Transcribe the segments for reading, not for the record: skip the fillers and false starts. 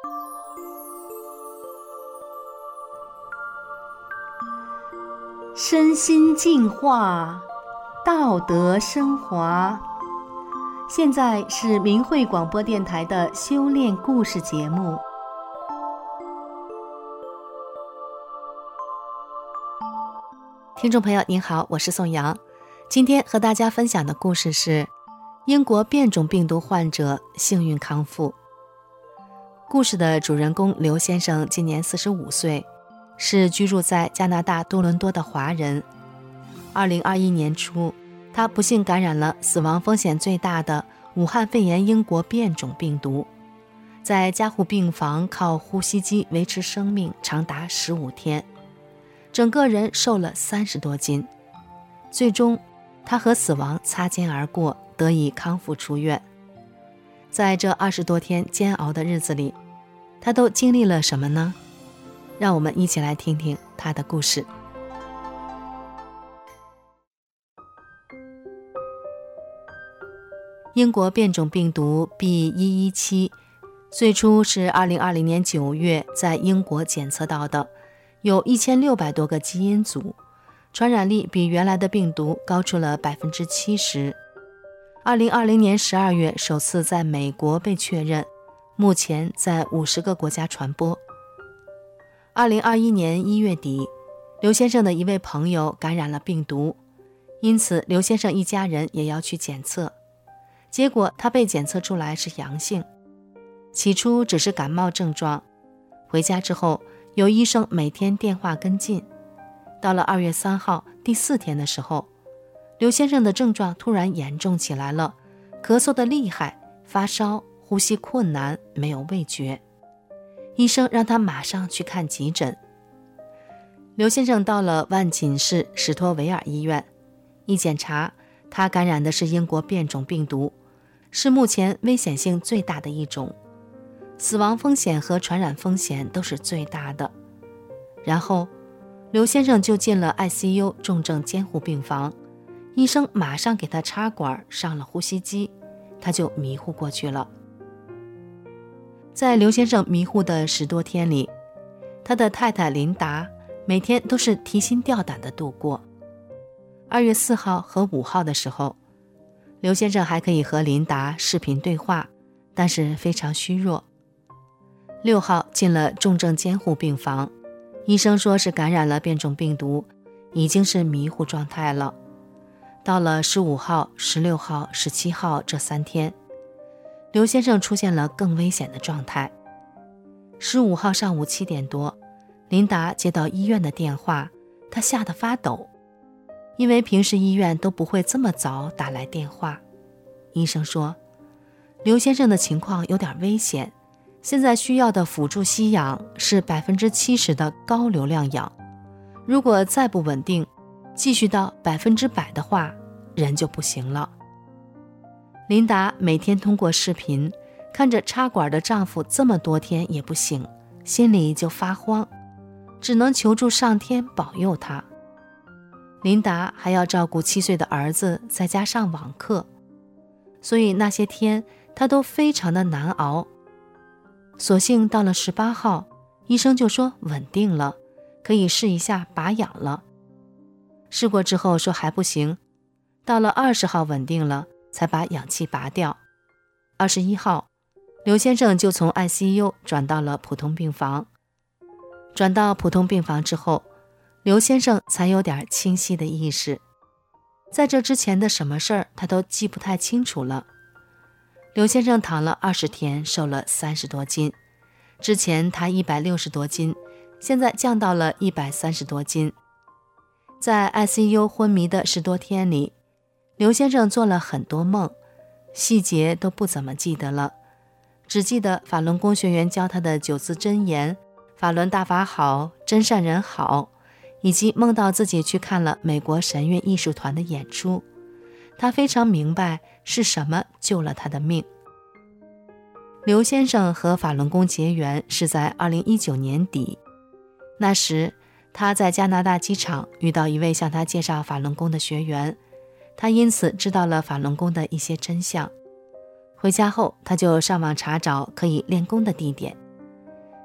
身心净化，道德升华。现在是明慧广播电台的修炼故事节目。听众朋友您好，我是宋阳。今天和大家分享的故事是英国变种病毒患者幸运康复。故事的主人公刘先生今年45岁，是居住在加拿大多伦多的华人。2021年初，他不幸感染了死亡风险最大的武汉肺炎英国变种病毒，在加护病房靠呼吸机维持生命长达15天，整个人瘦了30多斤。最终他和死亡擦肩而过，得以康复出院。在这20多天煎熬的日子里，他都经历了什么呢？让我们一起来听听他的故事。英国变种病毒 B.1.1.7 最初是2020年9月在英国检测到的，有1600多个基因组，传染力比原来的病毒高出了 70%。 2020年12月首次在美国被确认，目前在50个国家传播。2021年1月底，刘先生的一位朋友感染了病毒，因此刘先生一家人也要去检测。结果他被检测出来是阳性，起初只是感冒症状，回家之后有医生每天电话跟进。到了2月3号第4天的时候，刘先生的症状突然严重起来了，咳嗽的厉害，发烧，呼吸困难，没有味觉。医生让他马上去看急诊。刘先生到了万锦市史托维尔医院，一检查，他感染的是英国变种病毒，是目前危险性最大的一种，死亡风险和传染风险都是最大的。然后刘先生就进了 ICU 重症监护病房，医生马上给他插管，上了呼吸机，他就迷糊过去了。在刘先生迷糊的10多天里，他的太太琳达每天都是提心吊胆地度过。2月4号和5号的时候，刘先生还可以和琳达视频对话，但是非常虚弱。6号进了重症监护病房，医生说是感染了变种病毒，已经是迷糊状态了。到了15号、16号、17号这3天，刘先生出现了更危险的状态。15号上午7点多，琳达接到医院的电话，她吓得发抖，因为平时医院都不会这么早打来电话。医生说，刘先生的情况有点危险，现在需要的辅助吸氧是 70% 的高流量氧，如果再不稳定，继续到 100% 的话，人就不行了。琳达每天通过视频看着插管的丈夫这么多天也不醒，心里就发慌，只能求助上天保佑他。琳达还要照顾7岁的儿子，再加上网课，所以那些天她都非常的难熬。所幸到了18号，医生就说稳定了，可以试一下拔氧了。试过之后说还不行，到了20号稳定了，才把氧气拔掉。21号，刘先生就从 ICU 转到了普通病房。转到普通病房之后，刘先生才有点清晰的意识。在这之前的什么事儿他都记不太清楚了。刘先生躺了20天，瘦了30多斤。之前他160多斤，现在降到了130多斤。在 ICU 昏迷的10多天里，刘先生做了很多梦，细节都不怎么记得了，只记得法轮功学员教他的9字真言，法轮大法好，真善人好，以及梦到自己去看了美国神韵艺术团的演出。他非常明白是什么救了他的命。刘先生和法轮功结缘是在2019年底，那时他在加拿大机场遇到一位向他介绍法轮功的学员，他因此知道了法轮功的一些真相。回家后他就上网查找可以练功的地点，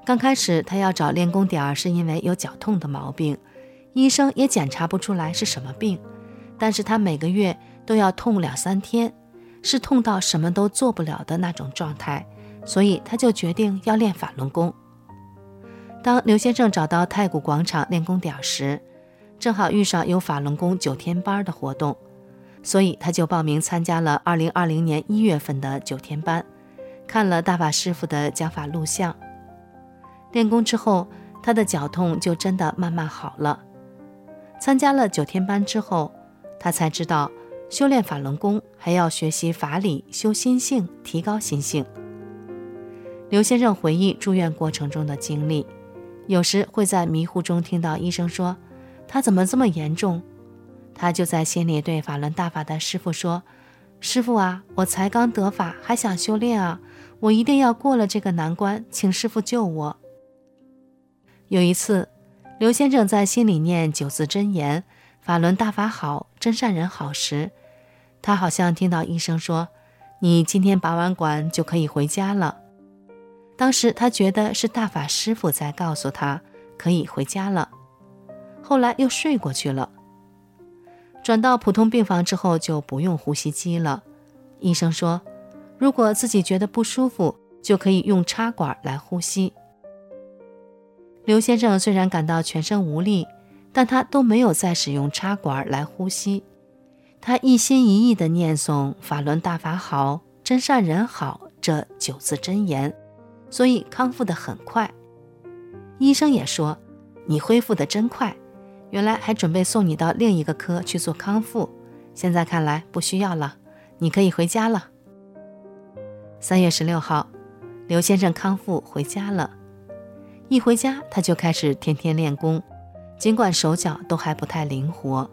刚开始他要找练功点儿，是因为有脚痛的毛病，医生也检查不出来是什么病，但是他每个月都要痛2-3天，是痛到什么都做不了的那种状态，所以他就决定要练法轮功。当刘先生找到太古广场练功点时，正好遇上有法轮功9天班的活动，所以他就报名参加了2020年1月份的9天班，看了大法师父的讲法录像。练功之后，他的脚痛就真的慢慢好了。参加了9天班之后，他才知道修炼法轮功还要学习法理、修心性、提高心性。刘先生回忆住院过程中的经历，有时会在迷糊中听到医生说他怎么这么严重，他就在心里对法轮大法的师父说，师父啊，我才刚得法，还想修炼啊，我一定要过了这个难关，请师父救我。有一次，刘先生在心里念9字真言，法轮大法好，真善人好时，他好像听到医生说，你今天拔完管就可以回家了。当时他觉得是大法师父在告诉他可以回家了，后来又睡过去了。转到普通病房之后就不用呼吸机了，医生说如果自己觉得不舒服，就可以用插管来呼吸。刘先生虽然感到全身无力，但他都没有再使用插管来呼吸，他一心一意地念诵法轮大法好，真善人好这9字真言，所以康复得很快。医生也说，你恢复得真快，原来还准备送你到另一个科去做康复，现在看来不需要了，你可以回家了。3月16号，刘先生康复回家了。一回家他就开始天天练功，尽管手脚都还不太灵活。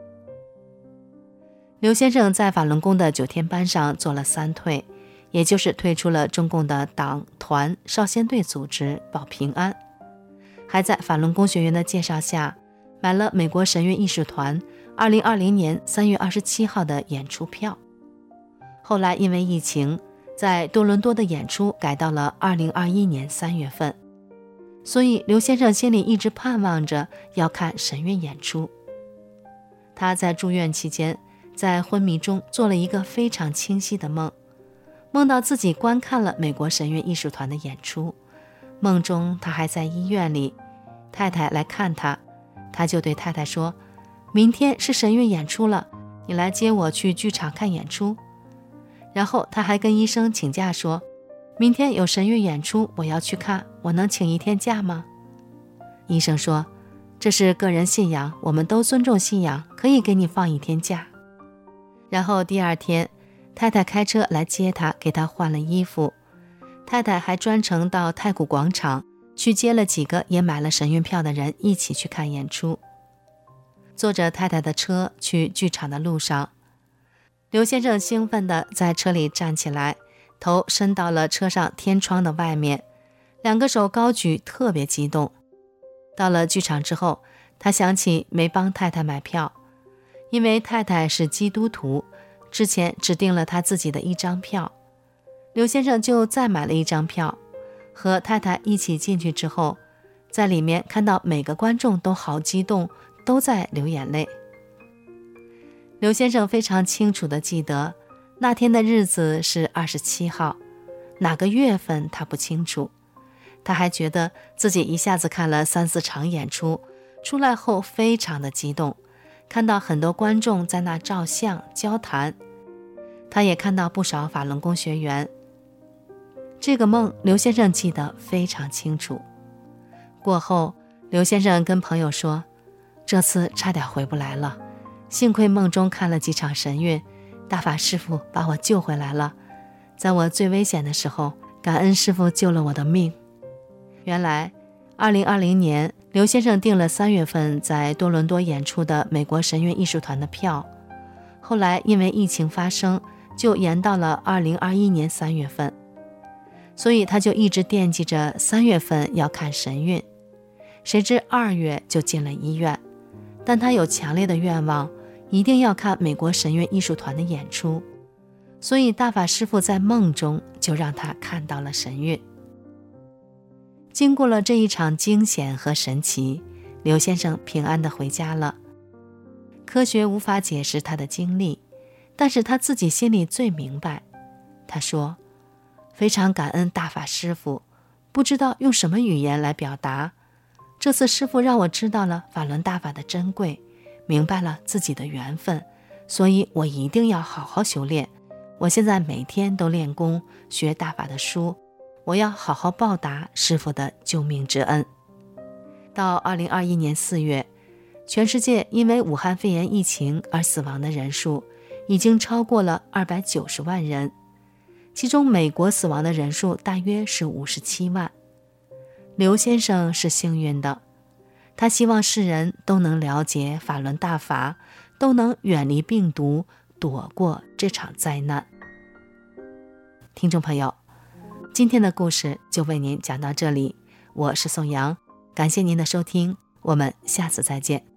刘先生在法轮功的9天班上做了3退，也就是退出了中共的党团少先队组织保平安，还在法轮功学员的介绍下买了美国神韵艺术团2020年3月27号的演出票。后来因为疫情，在多伦多的演出改到了2021年3月份，所以刘先生心里一直盼望着要看神韵演出。他在住院期间，在昏迷中做了一个非常清晰的梦，梦到自己观看了美国神韵艺术团的演出，梦中他还在医院里，太太来看他，他就对太太说，明天是神韵演出了，你来接我去剧场看演出。然后他还跟医生请假说，明天有神韵演出，我要去看，我能请1天假吗？医生说，这是个人信仰，我们都尊重信仰，可以给你放1天假。然后第2天，太太开车来接他，给他换了衣服。太太还专程到太古广场去接了几个也买了神韵票的人一起去看演出。坐着太太的车去剧场的路上，刘先生兴奋地在车里站起来，头伸到了车上天窗的外面，2个手高举，特别激动。到了剧场之后，他想起没帮太太买票，因为太太是基督徒，之前只订了他自己的1张票。刘先生就再买了1张票，和太太一起进去之后，在里面看到每个观众都好激动，都在流眼泪。刘先生非常清楚地记得那天的日子是27号，哪个月份他不清楚。他还觉得自己一下子看了3-4场演出，出来后非常的激动，看到很多观众在那照相交谈，他也看到不少法轮功学员。这个梦刘先生记得非常清楚。过后刘先生跟朋友说，这次差点回不来了，幸亏梦中看了几场神韵，大法师父把我救回来了，在我最危险的时候，感恩师父救了我的命。原来2020年刘先生订了3月份在多伦多演出的美国神韵艺术团的票，后来因为疫情发生，就延到了2021年3月份，所以他就一直惦记着3月份要看神韵。谁知2月就进了医院，但他有强烈的愿望，一定要看美国神韵艺术团的演出，所以大法师父在梦中就让他看到了神韵。 经过了这一场惊险和神奇，刘先生平安地回家了。科学无法解释他的经历，但是他自己心里最明白。他说，非常感恩大法师父，不知道用什么语言来表达。这次师父让我知道了法轮大法的珍贵，明白了自己的缘分，所以我一定要好好修炼。我现在每天都练功，学大法的书，我要好好报答师父的救命之恩。到2021年4月，全世界因为武汉肺炎疫情而死亡的人数已经超过了290万人，其中美国死亡的人数大约是57万。刘先生是幸运的，他希望世人都能了解法轮大法，都能远离病毒，躲过这场灾难。听众朋友，今天的故事就为您讲到这里，我是宋阳，感谢您的收听，我们下次再见。